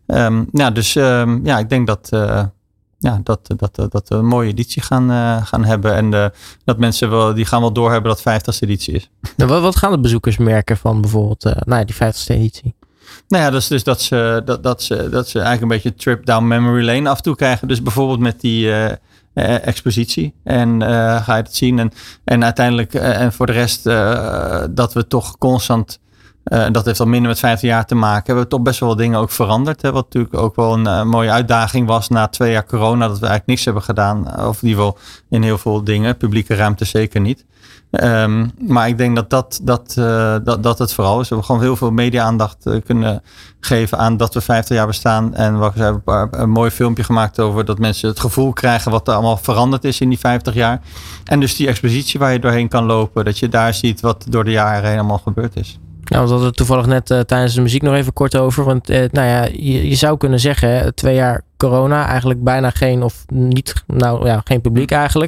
[SPEAKER 3] Ik denk dat we een mooie editie gaan hebben. En dat mensen die gaan wel doorhebben dat 50ste editie is.
[SPEAKER 2] Nou, wat gaan de bezoekers merken van bijvoorbeeld die 50ste editie?
[SPEAKER 3] Nou ja, dat is dus dat ze eigenlijk een beetje trip down memory lane af en toe krijgen. Dus bijvoorbeeld met die expositie. En ga je het zien. En uiteindelijk, en voor de rest, dat we toch constant... dat heeft al minder met 50 jaar te maken. We hebben toch best wel wat dingen ook veranderd. Wat natuurlijk ook wel een mooie uitdaging was na 2 jaar corona. Dat we eigenlijk niks hebben gedaan. Of in ieder geval in heel veel dingen. Publieke ruimte zeker niet. Maar ik denk dat het vooral is. We hebben gewoon heel veel media-aandacht kunnen geven aan dat we 50 jaar bestaan. En we hebben een mooi filmpje gemaakt over dat mensen het gevoel krijgen wat er allemaal veranderd is in die 50 jaar. En dus die expositie waar je doorheen kan lopen. Dat je daar ziet wat door de jaren heen allemaal gebeurd is.
[SPEAKER 2] Ja, we hadden het toevallig net tijdens de muziek nog even kort over. Want je zou kunnen zeggen, 2 jaar corona, eigenlijk bijna geen geen publiek eigenlijk.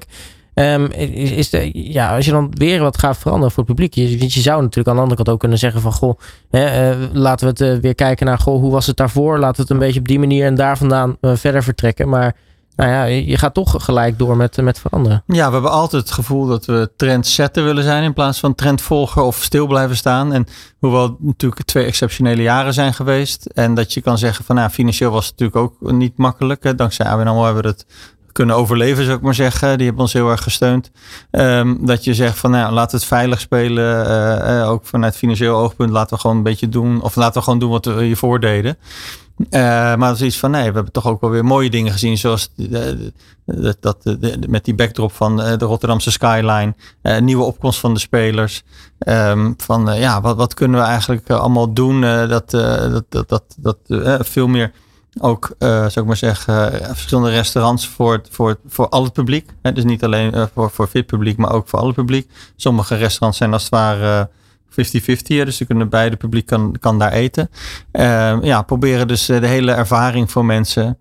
[SPEAKER 2] Als je dan weer wat gaat veranderen voor het publiek. Je zou natuurlijk aan de andere kant ook kunnen zeggen van laten we het weer kijken naar hoe was het daarvoor. Laten we het een beetje op die manier en daar vandaan verder vertrekken. Maar je gaat toch gelijk door met veranderen. Ja,
[SPEAKER 3] we hebben altijd het gevoel dat we trendsetter willen zijn in plaats van trendvolger of stil blijven staan. En hoewel het natuurlijk 2 exceptionele jaren zijn geweest. En dat je kan zeggen van financieel was het natuurlijk ook niet makkelijk. Hè. Dankzij ABN AMRO hebben we het kunnen overleven, zou ik maar zeggen. Die hebben ons heel erg gesteund. Dat je zegt van laten we het veilig spelen. Ook vanuit financieel oogpunt laten we gewoon een beetje doen. Of laten we gewoon doen wat we hiervoor deden. Maar dat is iets van we hebben toch ook wel weer mooie dingen gezien. Zoals met die backdrop van de Rotterdamse skyline. Nieuwe opkomst van de spelers. Wat kunnen we eigenlijk allemaal doen? Dat veel meer ook, zou ik maar zeggen, verschillende restaurants voor al het publiek. Dus niet alleen voor fit publiek, maar ook voor alle publiek. Sommige restaurants zijn als het ware 50-50. Dus beide publiek kan daar eten. Proberen dus de hele ervaring voor mensen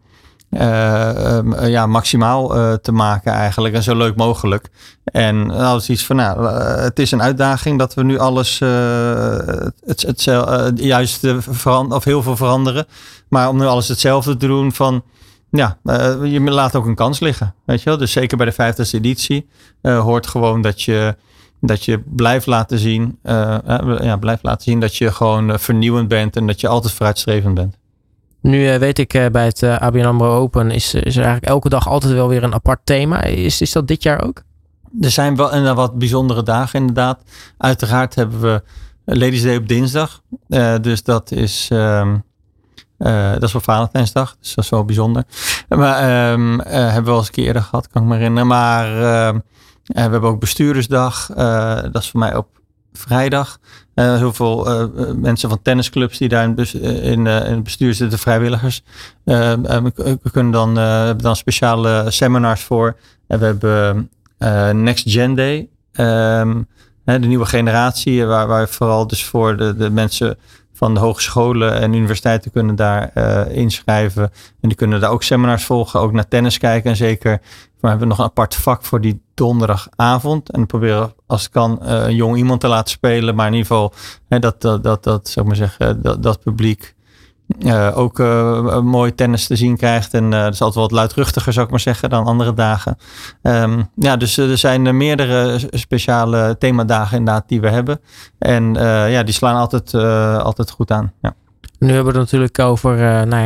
[SPEAKER 3] maximaal te maken eigenlijk. En zo leuk mogelijk. En als iets van, het is een uitdaging dat we nu alles of heel veel veranderen. Maar om nu alles hetzelfde te doen van... je laat ook een kans liggen. Weet je wel? Dus zeker bij de 50e editie hoort gewoon dat je blijft laten zien dat je gewoon vernieuwend bent en dat je altijd vooruitstrevend bent.
[SPEAKER 2] Nu weet ik bij het ABN AMRO Open is er eigenlijk elke dag altijd wel weer een apart thema. Is dat dit jaar ook?
[SPEAKER 3] Er zijn wel wat bijzondere dagen inderdaad. Uiteraard hebben we Ladies Day op dinsdag. Dus dat is voor Valentijnsdag. Dus dat is wel bijzonder. Maar hebben we wel eens een keer eerder gehad, kan ik me herinneren. Maar we hebben ook bestuurdersdag. Dat is voor mij op vrijdag. Heel veel mensen van tennisclubs die daar in het bestuur zitten, vrijwilligers. We kunnen hebben dan speciale seminars voor. En we hebben Next Gen Day. De nieuwe generatie, waar vooral dus voor de mensen van de hogescholen en universiteiten kunnen daar inschrijven. En die kunnen daar ook seminars volgen, ook naar tennis kijken. En zeker, we hebben nog een apart vak voor die donderdagavond. En we proberen als het kan een jong iemand te laten spelen. Maar in ieder geval zou ik maar zeggen, dat publiek ook mooi tennis te zien krijgt. En dat is altijd wat luidruchtiger, zou ik maar zeggen, dan andere dagen. Dus er zijn meerdere speciale themadagen inderdaad die we hebben. En die slaan altijd goed aan. Ja.
[SPEAKER 2] Nu hebben we het natuurlijk over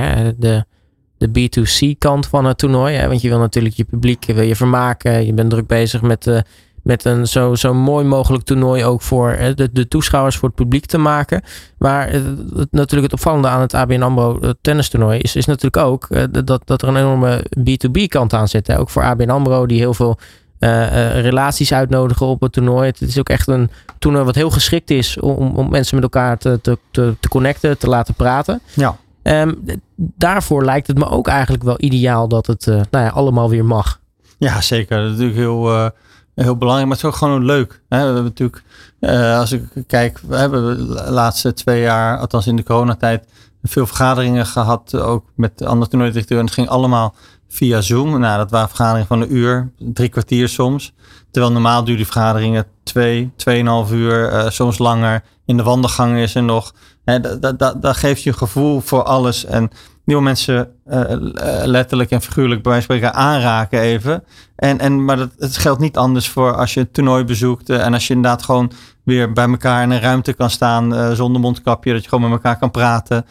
[SPEAKER 2] de B2C kant van het toernooi. Hè? Want je wil natuurlijk je publiek vermaken. Je bent druk bezig met een zo mooi mogelijk toernooi ook voor de toeschouwers, voor het publiek te maken. Maar natuurlijk het opvallende aan het ABN AMRO tennistoernooi is natuurlijk ook dat er een enorme B2B kant aan zit. Hè? Ook voor ABN AMRO die heel veel relaties uitnodigen op het toernooi. Het is ook echt een toernooi wat heel geschikt is om mensen met elkaar te connecten, te laten praten.
[SPEAKER 3] Ja.
[SPEAKER 2] Daarvoor lijkt het me ook eigenlijk wel ideaal dat het allemaal weer mag.
[SPEAKER 3] Ja, zeker. Dat is natuurlijk heel belangrijk, maar het is ook gewoon leuk. We hebben natuurlijk, als ik kijk, we hebben de laatste 2 jaar, althans in de coronatijd, veel vergaderingen gehad, ook met andere toernooidirecteuren. En het ging allemaal via Zoom. Nou, dat waren vergaderingen van 1 uur, 3 kwartier soms. Terwijl normaal duren die vergaderingen 2,5 uur, soms langer. In de wandelgang is er nog. Dat geeft je een gevoel voor alles. En nieuwe mensen letterlijk en figuurlijk bij wijze van spreken aanraken even. Maar het geldt niet anders voor als je een toernooi bezoekt. En als je inderdaad gewoon weer bij elkaar in een ruimte kan staan zonder mondkapje. Dat je gewoon met elkaar kan praten.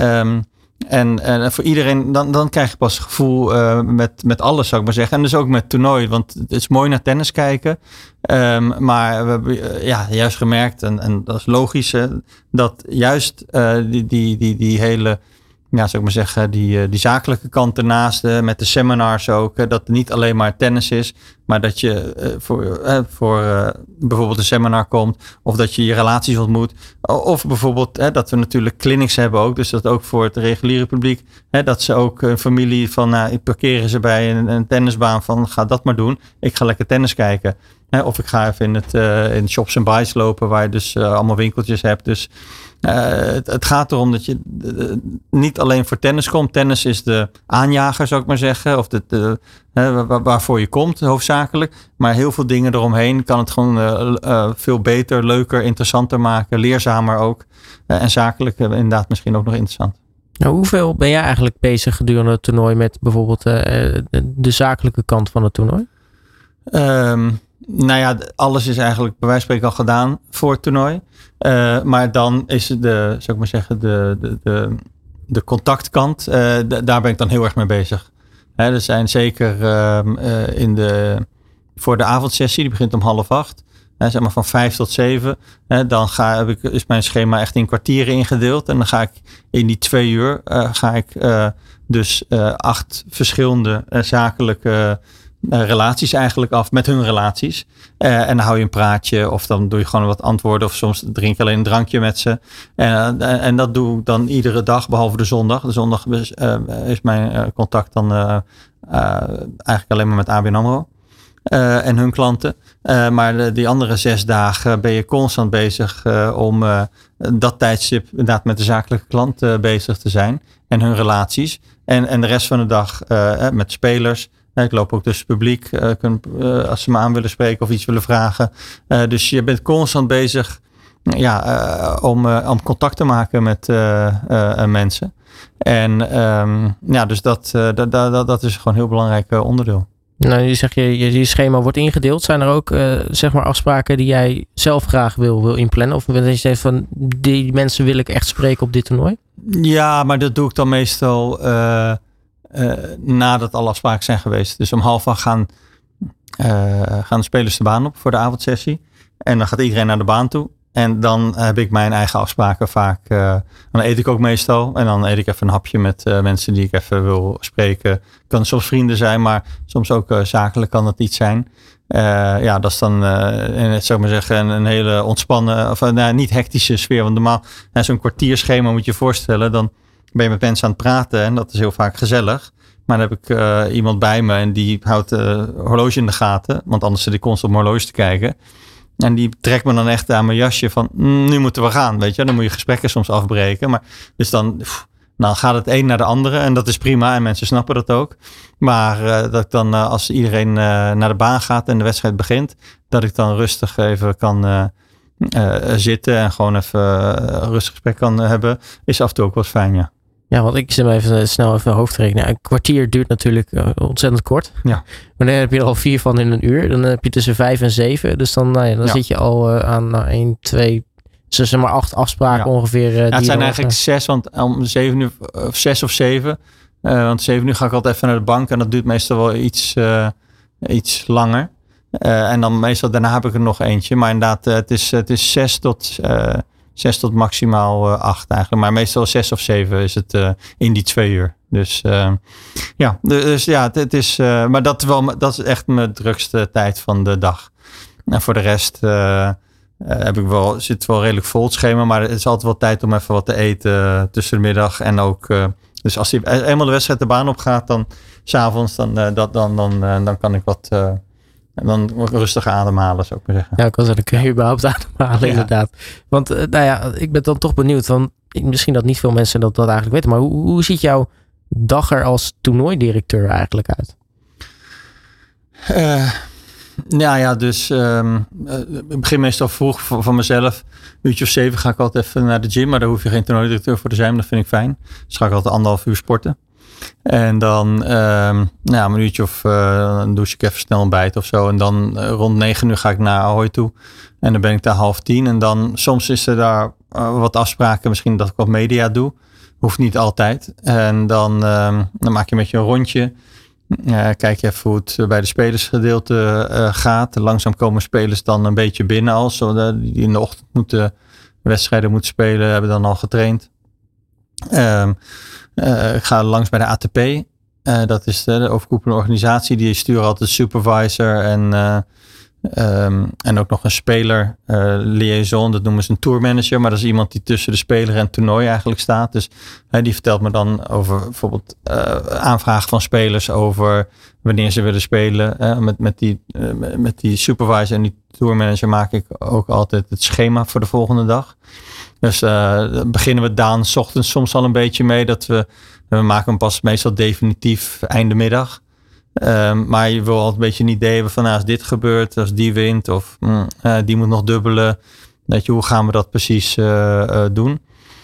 [SPEAKER 3] En voor iedereen, dan krijg je pas het gevoel met alles, zou ik maar zeggen. En dus ook met toernooi, want het is mooi naar tennis kijken. Maar we hebben juist gemerkt, en dat is logisch, dat juist die hele, zou ik maar zeggen, die zakelijke kant ernaast, met de seminars ook, dat het niet alleen maar tennis is, maar dat je voor bijvoorbeeld een seminar komt, of dat je je relaties ontmoet, of bijvoorbeeld dat we natuurlijk clinics hebben ook, dus dat ook voor het reguliere publiek, dat ze ook een familie van, parkeren ze bij een tennisbaan van, ga dat maar doen, ik ga lekker tennis kijken. Of ik ga even in Shops and Buys lopen, waar je dus allemaal winkeltjes hebt. Dus het gaat erom dat je niet alleen voor tennis komt. Tennis is de aanjager, zou ik maar zeggen. Of waarvoor je komt, hoofdzakelijk. Maar heel veel dingen eromheen kan het gewoon veel beter, leuker, interessanter maken. Leerzamer ook. En zakelijk inderdaad misschien ook nog interessant.
[SPEAKER 2] Nou, hoeveel ben jij eigenlijk bezig gedurende het toernooi met bijvoorbeeld de zakelijke kant van het toernooi? Alles is eigenlijk bij wijze van spreken al gedaan voor het toernooi. Maar dan is het zou ik maar zeggen, de contactkant. Daar ben ik dan heel erg mee bezig. Er zijn zeker voor de avondsessie, die begint om 7:30. Zeg maar van 5 tot 7. Dan is mijn schema echt in kwartieren ingedeeld. En dan ga ik in die 2 uur dus 8 verschillende zakelijke relaties eigenlijk af met hun relaties. En dan hou je een praatje of dan doe je gewoon wat antwoorden of soms drink je alleen een drankje met ze. En dat doe ik dan iedere dag behalve de zondag. De zondag is mijn contact dan eigenlijk alleen maar met ABN AMRO en hun klanten. Maar die andere 6 dagen ben je constant bezig om dat tijdstip inderdaad met de zakelijke klant bezig te zijn en hun relaties. En de rest van de dag met spelers. Ik loop ook dus publiek als ze me aan willen spreken of iets willen vragen. Dus je bent constant bezig om contact te maken met mensen. En dus dat is gewoon een heel belangrijk onderdeel. Nou, je zegt je schema wordt ingedeeld. Zijn er ook afspraken die jij zelf graag wil inplannen? Of dat je zegt van die mensen wil ik echt spreken op dit toernooi?
[SPEAKER 3] Ja, maar dat doe ik dan meestal nadat alle afspraken zijn geweest. Dus om 7:30 gaan de spelers de baan op voor de avondsessie. En dan gaat iedereen naar de baan toe. En dan heb ik mijn eigen afspraken vaak. Dan eet ik ook meestal. En dan eet ik even een hapje met mensen die ik even wil spreken. Kan soms vrienden zijn, maar soms ook zakelijk kan het iets zijn. Dat is dan, zou ik maar zeggen, een hele ontspannen, of niet hectische sfeer. Want normaal, zo'n kwartierschema moet je je voorstellen. Dan ben je met mensen aan het praten en dat is heel vaak gezellig. Maar dan heb ik iemand bij me en die houdt horloge in de gaten. Want anders zit ik constant op mijn horloge te kijken. En die trekt me dan echt aan mijn jasje van, nu moeten we gaan, weet je. Dan moet je gesprekken soms afbreken. Maar dus dan gaat het een naar de andere en dat is prima en mensen snappen dat ook. Maar dat ik dan, als iedereen naar de baan gaat en de wedstrijd begint, dat ik dan rustig even kan zitten en gewoon even rustig gesprek kan hebben, is af en toe ook wel fijn, ja.
[SPEAKER 2] Ja, want ik zit me even snel even hoofdrekenen. Een kwartier duurt natuurlijk ontzettend kort. Ja. Maar dan heb je er al 4 van in een uur. Dan heb je tussen 5 en 7. Dus dan zit je al aan 1, 2, zeg maar 8 afspraken ongeveer.
[SPEAKER 3] Het zijn eigenlijk 6, want om 7 uur, 6 of 7. Want 7 uur ga ik altijd even naar de bank. En dat duurt meestal wel iets langer. En dan meestal daarna heb ik er nog eentje. Maar inderdaad, het is 6 tot maximaal 8 eigenlijk. Maar meestal 6 of 7 is het in die 2 uur. Dus het is... maar dat is echt mijn drukste tijd van de dag. En voor de rest zit wel redelijk vol het schema. Maar het is altijd wel tijd om even wat te eten tussen de middag. En ook... dus als eenmaal de wedstrijd de baan op gaat, dan 's avonds, dan kan ik wat... dan rustig ademhalen, zou ik maar zeggen.
[SPEAKER 2] Ja, ik kan zeggen, dan kun je überhaupt ademhalen, inderdaad. Want ik ben dan toch benieuwd. Want misschien dat niet veel mensen dat eigenlijk weten. Maar hoe ziet jouw dag er als toernooidirecteur eigenlijk uit?
[SPEAKER 3] Ik begin meestal vroeg van mezelf. Een uurtje of 7 ga ik altijd even naar de gym. Maar daar hoef je geen toernooidirecteur voor te zijn. Dat vind ik fijn. Dus ga ik altijd 1,5 uur sporten. En dan een uurtje of dan douche ik even snel ontbijten of zo. En dan rond 9 uur ga ik naar Ahoy toe. En dan ben ik daar 9:30. En dan soms is er daar wat afspraken. Misschien dat ik wat media doe. Hoeft niet altijd. En dan maak je met je een rondje. Kijk je even hoe het bij de spelersgedeelte gaat. Langzaam komen spelers dan een beetje binnen die in de ochtend wedstrijden moeten spelen. Hebben dan al getraind. Ik ga langs bij de ATP. Dat is de overkoepelende organisatie. Die sturen altijd supervisor en ook nog een speler liaison. Dat noemen ze een tourmanager. Maar dat is iemand die tussen de speler en het toernooi eigenlijk staat. Dus die vertelt me dan over bijvoorbeeld aanvragen van spelers over wanneer ze willen spelen. Met die supervisor en die tourmanager maak ik ook altijd het schema voor de volgende dag. Dus beginnen we dan 's ochtends soms al een beetje mee. Dat we maken hem pas meestal definitief einde middag. Maar je wil altijd een beetje een idee hebben van als dit gebeurt, als die wint of die moet nog dubbelen. Weet je, hoe gaan we dat precies doen?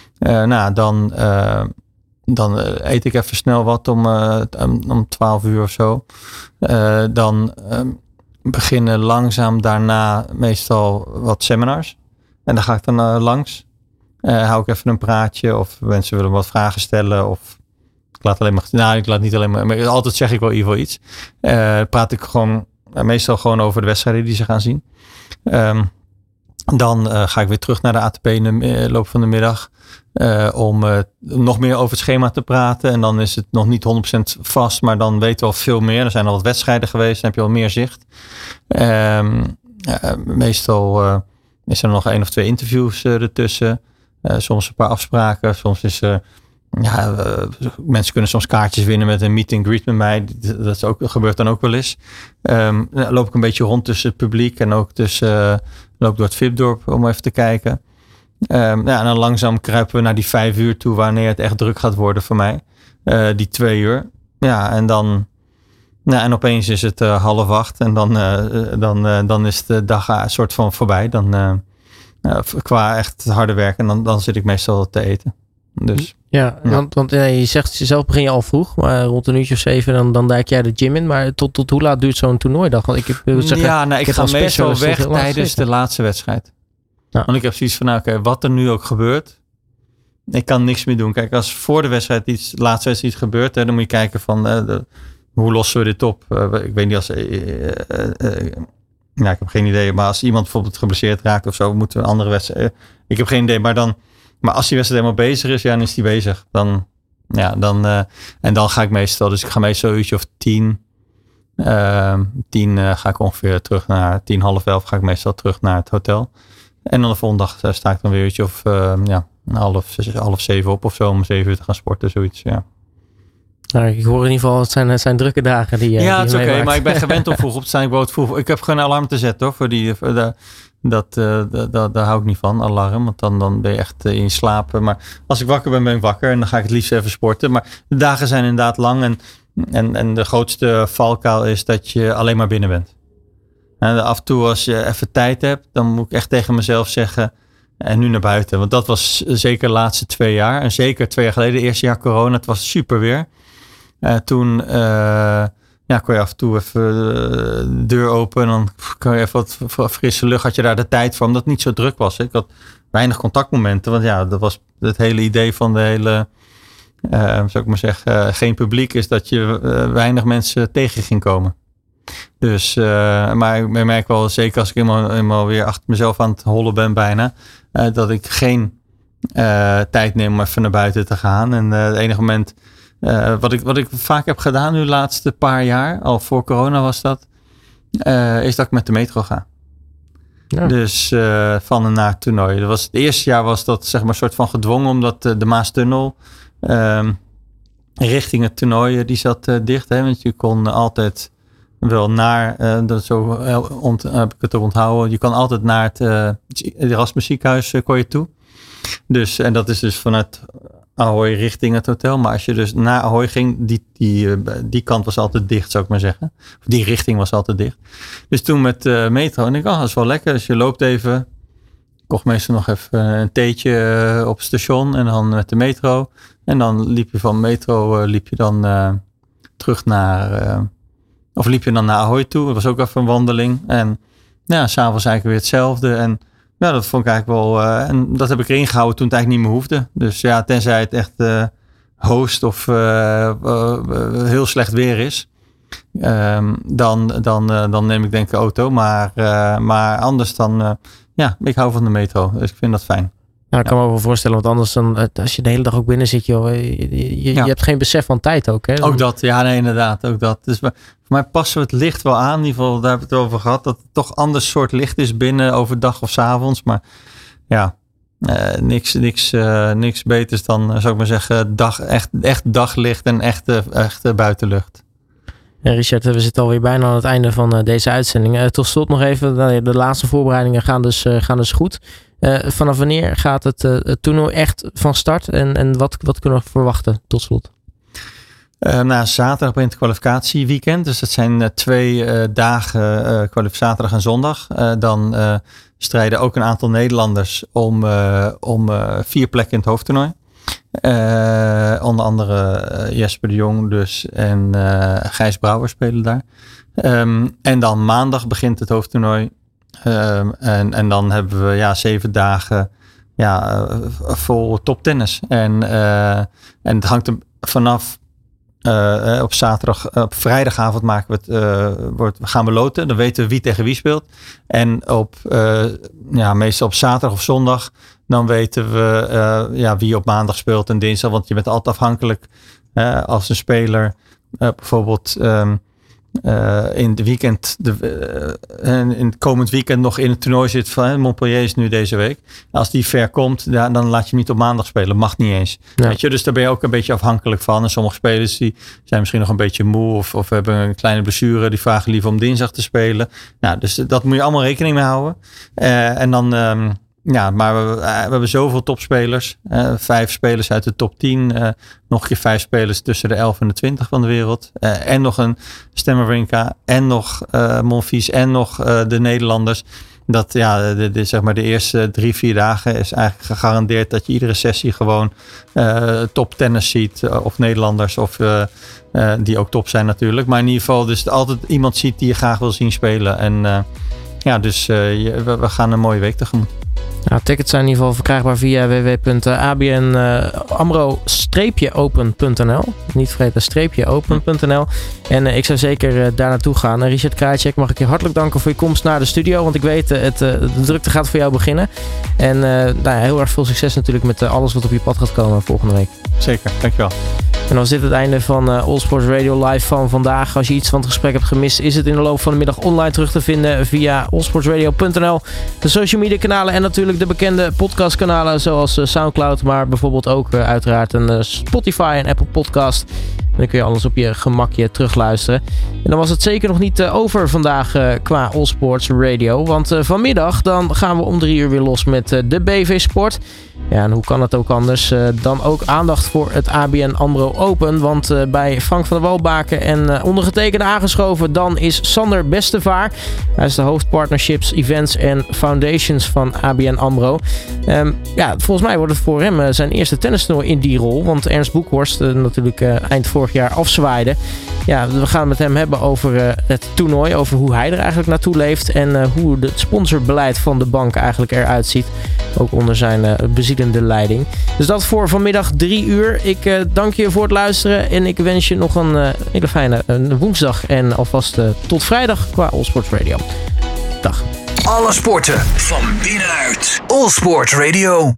[SPEAKER 3] Dan eet ik even snel wat om 12 uur of zo. Dan beginnen langzaam daarna meestal wat seminars. En daar ga ik dan langs. Hou ik even een praatje of mensen willen wat vragen stellen of ik laat niet alleen maar altijd zeg ik wel in ieder geval iets. Praat ik gewoon meestal gewoon over de wedstrijden die ze gaan zien. Dan ga ik weer terug naar de ATP in de loop van de middag. Om nog meer over het schema te praten. En dan is het nog niet 100% vast, maar dan weten we al veel meer. Er zijn al wat wedstrijden geweest, dan heb je al meer zicht. Meestal is er nog 1 of 2 interviews ertussen. Soms een paar afspraken. Soms is mensen kunnen soms kaartjes winnen met een meet and greet met mij. Dat gebeurt dan ook wel eens. Dan loop ik een beetje rond tussen het publiek en ook loop door het VIP-dorp om even te kijken. En dan langzaam kruipen we naar die 5 uur toe wanneer het echt druk gaat worden voor mij. Die 2 uur. Ja, en dan... en opeens is het 7:30 en dan is de dag een soort van voorbij. Dan qua echt harde werk en dan zit ik meestal te eten. Dus,
[SPEAKER 2] ja. Want je zegt zelf begin je al vroeg, maar rond een uurtje of 7 dan duik jij de gym in. Maar tot hoe laat duurt zo'n toernooidag? Want ik
[SPEAKER 3] ga meestal weg tijdens de laatste wedstrijd. Ja. Want ik heb zoiets van, wat er nu ook gebeurt, ik kan niks meer doen. Kijk, als voor de wedstrijd de laatste wedstrijd iets gebeurt, dan moet je kijken van hoe lossen we dit op? Ik weet niet als ik heb geen idee, maar als iemand bijvoorbeeld geblesseerd raakt of zo, moeten we een andere wedstrijd. Ik heb geen idee, maar als die wedstrijd helemaal bezig is, dan is die bezig. Dan ga ik meestal, dus ik ga meestal een uurtje of 10 ga ik ongeveer terug naar 10:30 ga ik meestal terug naar het hotel. En dan de volgende dag sta ik dan weer een uurtje of 6:30 op of zo om 7 uur te gaan sporten, zoiets, ja.
[SPEAKER 2] Nou, ik hoor in ieder geval, het zijn drukke dagen die
[SPEAKER 3] ja, het is oké, maar ik ben gewend om vroeg op te staan. Ik heb geen alarm te zetten hoor, daar hou ik niet van, alarm. Want dan ben je echt in slaap. Maar als ik wakker ben ik wakker en dan ga ik het liefst even sporten. Maar de dagen zijn inderdaad lang en de grootste valkuil is dat je alleen maar binnen bent. En af en toe als je even tijd hebt, dan moet ik echt tegen mezelf zeggen, en nu naar buiten. Want dat was zeker de laatste 2 jaar. En zeker 2 jaar geleden, eerste jaar corona, het was super weer. Toen kon je af en toe even de deur open en dan kon je even wat frisse lucht. Had je daar de tijd voor, omdat het niet zo druk was. Ik had weinig contactmomenten, want ja, dat was het hele idee van de hele, zou ik maar zeggen, geen publiek, is dat je weinig mensen tegen ging komen. Dus, maar ik merk wel, zeker als ik eenmaal weer achter mezelf aan het hollen ben bijna, dat ik geen tijd neem om even naar buiten te gaan. En het enige moment, wat ik vaak heb gedaan nu de laatste paar jaar, al voor corona was dat, is dat ik met de metro ga. Ja. Dus van en naar het toernooi. Het eerste jaar was dat zeg maar een soort van gedwongen, omdat de Maastunnel richting het toernooi, die zat dicht. Hè, want je kon altijd wel naar, zo heb ik het ook onthouden, je kan altijd naar het Erasmus ziekenhuis kon je toe. Dus, en dat is dus vanuit Ahoy richting het hotel. Maar als je dus naar Ahoy ging, die kant was altijd dicht, zou ik maar zeggen. Of die richting was altijd dicht. Dus toen met metro, en ik dacht, dat is wel lekker. Dus je loopt even, ik kocht meestal nog even een theetje op het station en dan met de metro. En dan liep je van metro, terug naar, of liep je dan naar Ahoy toe. Dat was ook even een wandeling. En ja, s'avonds eigenlijk weer hetzelfde. En ja, dat vond ik eigenlijk wel, en dat heb ik erin gehouden toen het eigenlijk niet meer hoefde. Dus ja, tenzij het echt host of heel slecht weer is, dan neem ik denk ik de auto. Maar anders dan, ik hou van de metro. Dus ik vind dat fijn.
[SPEAKER 2] Ja, ik kan me wel voorstellen, want anders dan, als je de hele dag ook binnen zit, joh, je hebt geen besef van tijd ook. Hè?
[SPEAKER 3] Ook dat, ja, nee, inderdaad, ook dat. Dus voor mij passen we het licht wel aan. In ieder geval, daar hebben we het over gehad, dat het toch ander soort licht is binnen overdag of 's avonds. Maar ja, niks beters dan, zou ik maar zeggen, echt daglicht en echte buitenlucht.
[SPEAKER 2] Ja, Richard, we zitten alweer bijna aan het einde van deze uitzending. Tot slot nog even, de laatste voorbereidingen gaan dus goed. Vanaf wanneer gaat het toernooi echt van start? En wat kunnen we verwachten tot slot?
[SPEAKER 3] Zaterdag begint het kwalificatieweekend. Dus dat zijn 2 dagen zaterdag en zondag. Dan strijden ook een aantal Nederlanders om 4 plekken in het hoofdtoernooi. Onder andere Jesper de Jong dus en Gijs Brouwer spelen daar. En dan maandag begint het hoofdtoernooi. En dan hebben we 7 dagen vol toptennis. En het hangt er vanaf. Op zaterdag, op vrijdagavond maken we gaan we loten. Dan weten we wie tegen wie speelt. En meestal op zaterdag of zondag, dan weten we wie op maandag speelt en dinsdag. Want je bent altijd afhankelijk als een speler bijvoorbeeld in het weekend, in het komend weekend nog in het toernooi zit van Montpellier is nu deze week. Als die ver komt, dan laat je hem niet op maandag spelen. Mag niet eens. Ja. Weet je? Dus daar ben je ook een beetje afhankelijk van. En sommige spelers die zijn misschien nog een beetje moe of hebben een kleine blessure. Die vragen liever om dinsdag te spelen. Nou, dus dat moet je allemaal rekening mee houden. En dan maar we hebben zoveel topspelers. 5 spelers uit de top 10. Nog een keer 5 spelers tussen de 11 en de 20 van de wereld. En nog een Stemmerwinka. En nog Monfils. En nog de Nederlanders. dat zeg maar de eerste 3-4 dagen is eigenlijk gegarandeerd dat je iedere sessie gewoon top tennis ziet. Of Nederlanders of die ook top zijn natuurlijk. Maar in ieder geval dus altijd iemand ziet die je graag wil zien spelen. En dus we gaan een mooie week tegemoet.
[SPEAKER 2] Nou, tickets zijn in ieder geval verkrijgbaar via www.abn-open.nl. Niet vergeten, -open.nl. En ik zou zeker daar naartoe gaan. Richard Krajicek, mag ik je hartelijk danken voor je komst naar de studio. Want ik weet, de drukte gaat voor jou beginnen. En heel erg veel succes natuurlijk met alles wat op je pad gaat komen volgende week.
[SPEAKER 3] Zeker, dankjewel.
[SPEAKER 2] En dan was dit het einde van All Sports Radio Live van vandaag. Als je iets van het gesprek hebt gemist, is het in de loop van de middag online terug te vinden via allsportsradio.nl. De social media kanalen en natuurlijk de bekende podcastkanalen zoals Soundcloud, maar bijvoorbeeld ook uiteraard een Spotify en Apple Podcast. En dan kun je alles op je gemakje terugluisteren. En dan was het zeker nog niet over vandaag qua All Sports Radio. Want vanmiddag dan gaan we om 3 uur weer los met de BV Sport. Ja, en hoe kan het ook anders? Dan ook aandacht voor het ABN AMRO Open. Want bij Frank van der Walbaken en ondergetekende aangeschoven, dan is Sander Bestevaar. Hij is de hoofdpartnerships, events en foundations van ABN AMRO. Volgens mij wordt het voor hem zijn eerste tennistoernooi in die rol. Want Ernst Boekhorst natuurlijk eind vorig jaar afzwaaide. Ja, we gaan het met hem hebben over het toernooi. Over hoe hij er eigenlijk naartoe leeft. En hoe het sponsorbeleid van de bank eigenlijk eruit ziet. Ook onder zijn bezielende leiding. Dus dat voor vanmiddag 3 uur. Ik dank je voor het luisteren. En ik wens je nog een hele fijne woensdag. En alvast tot vrijdag qua All Sports Radio. Dag.
[SPEAKER 1] Alle sporten van binnenuit. All Sports Radio.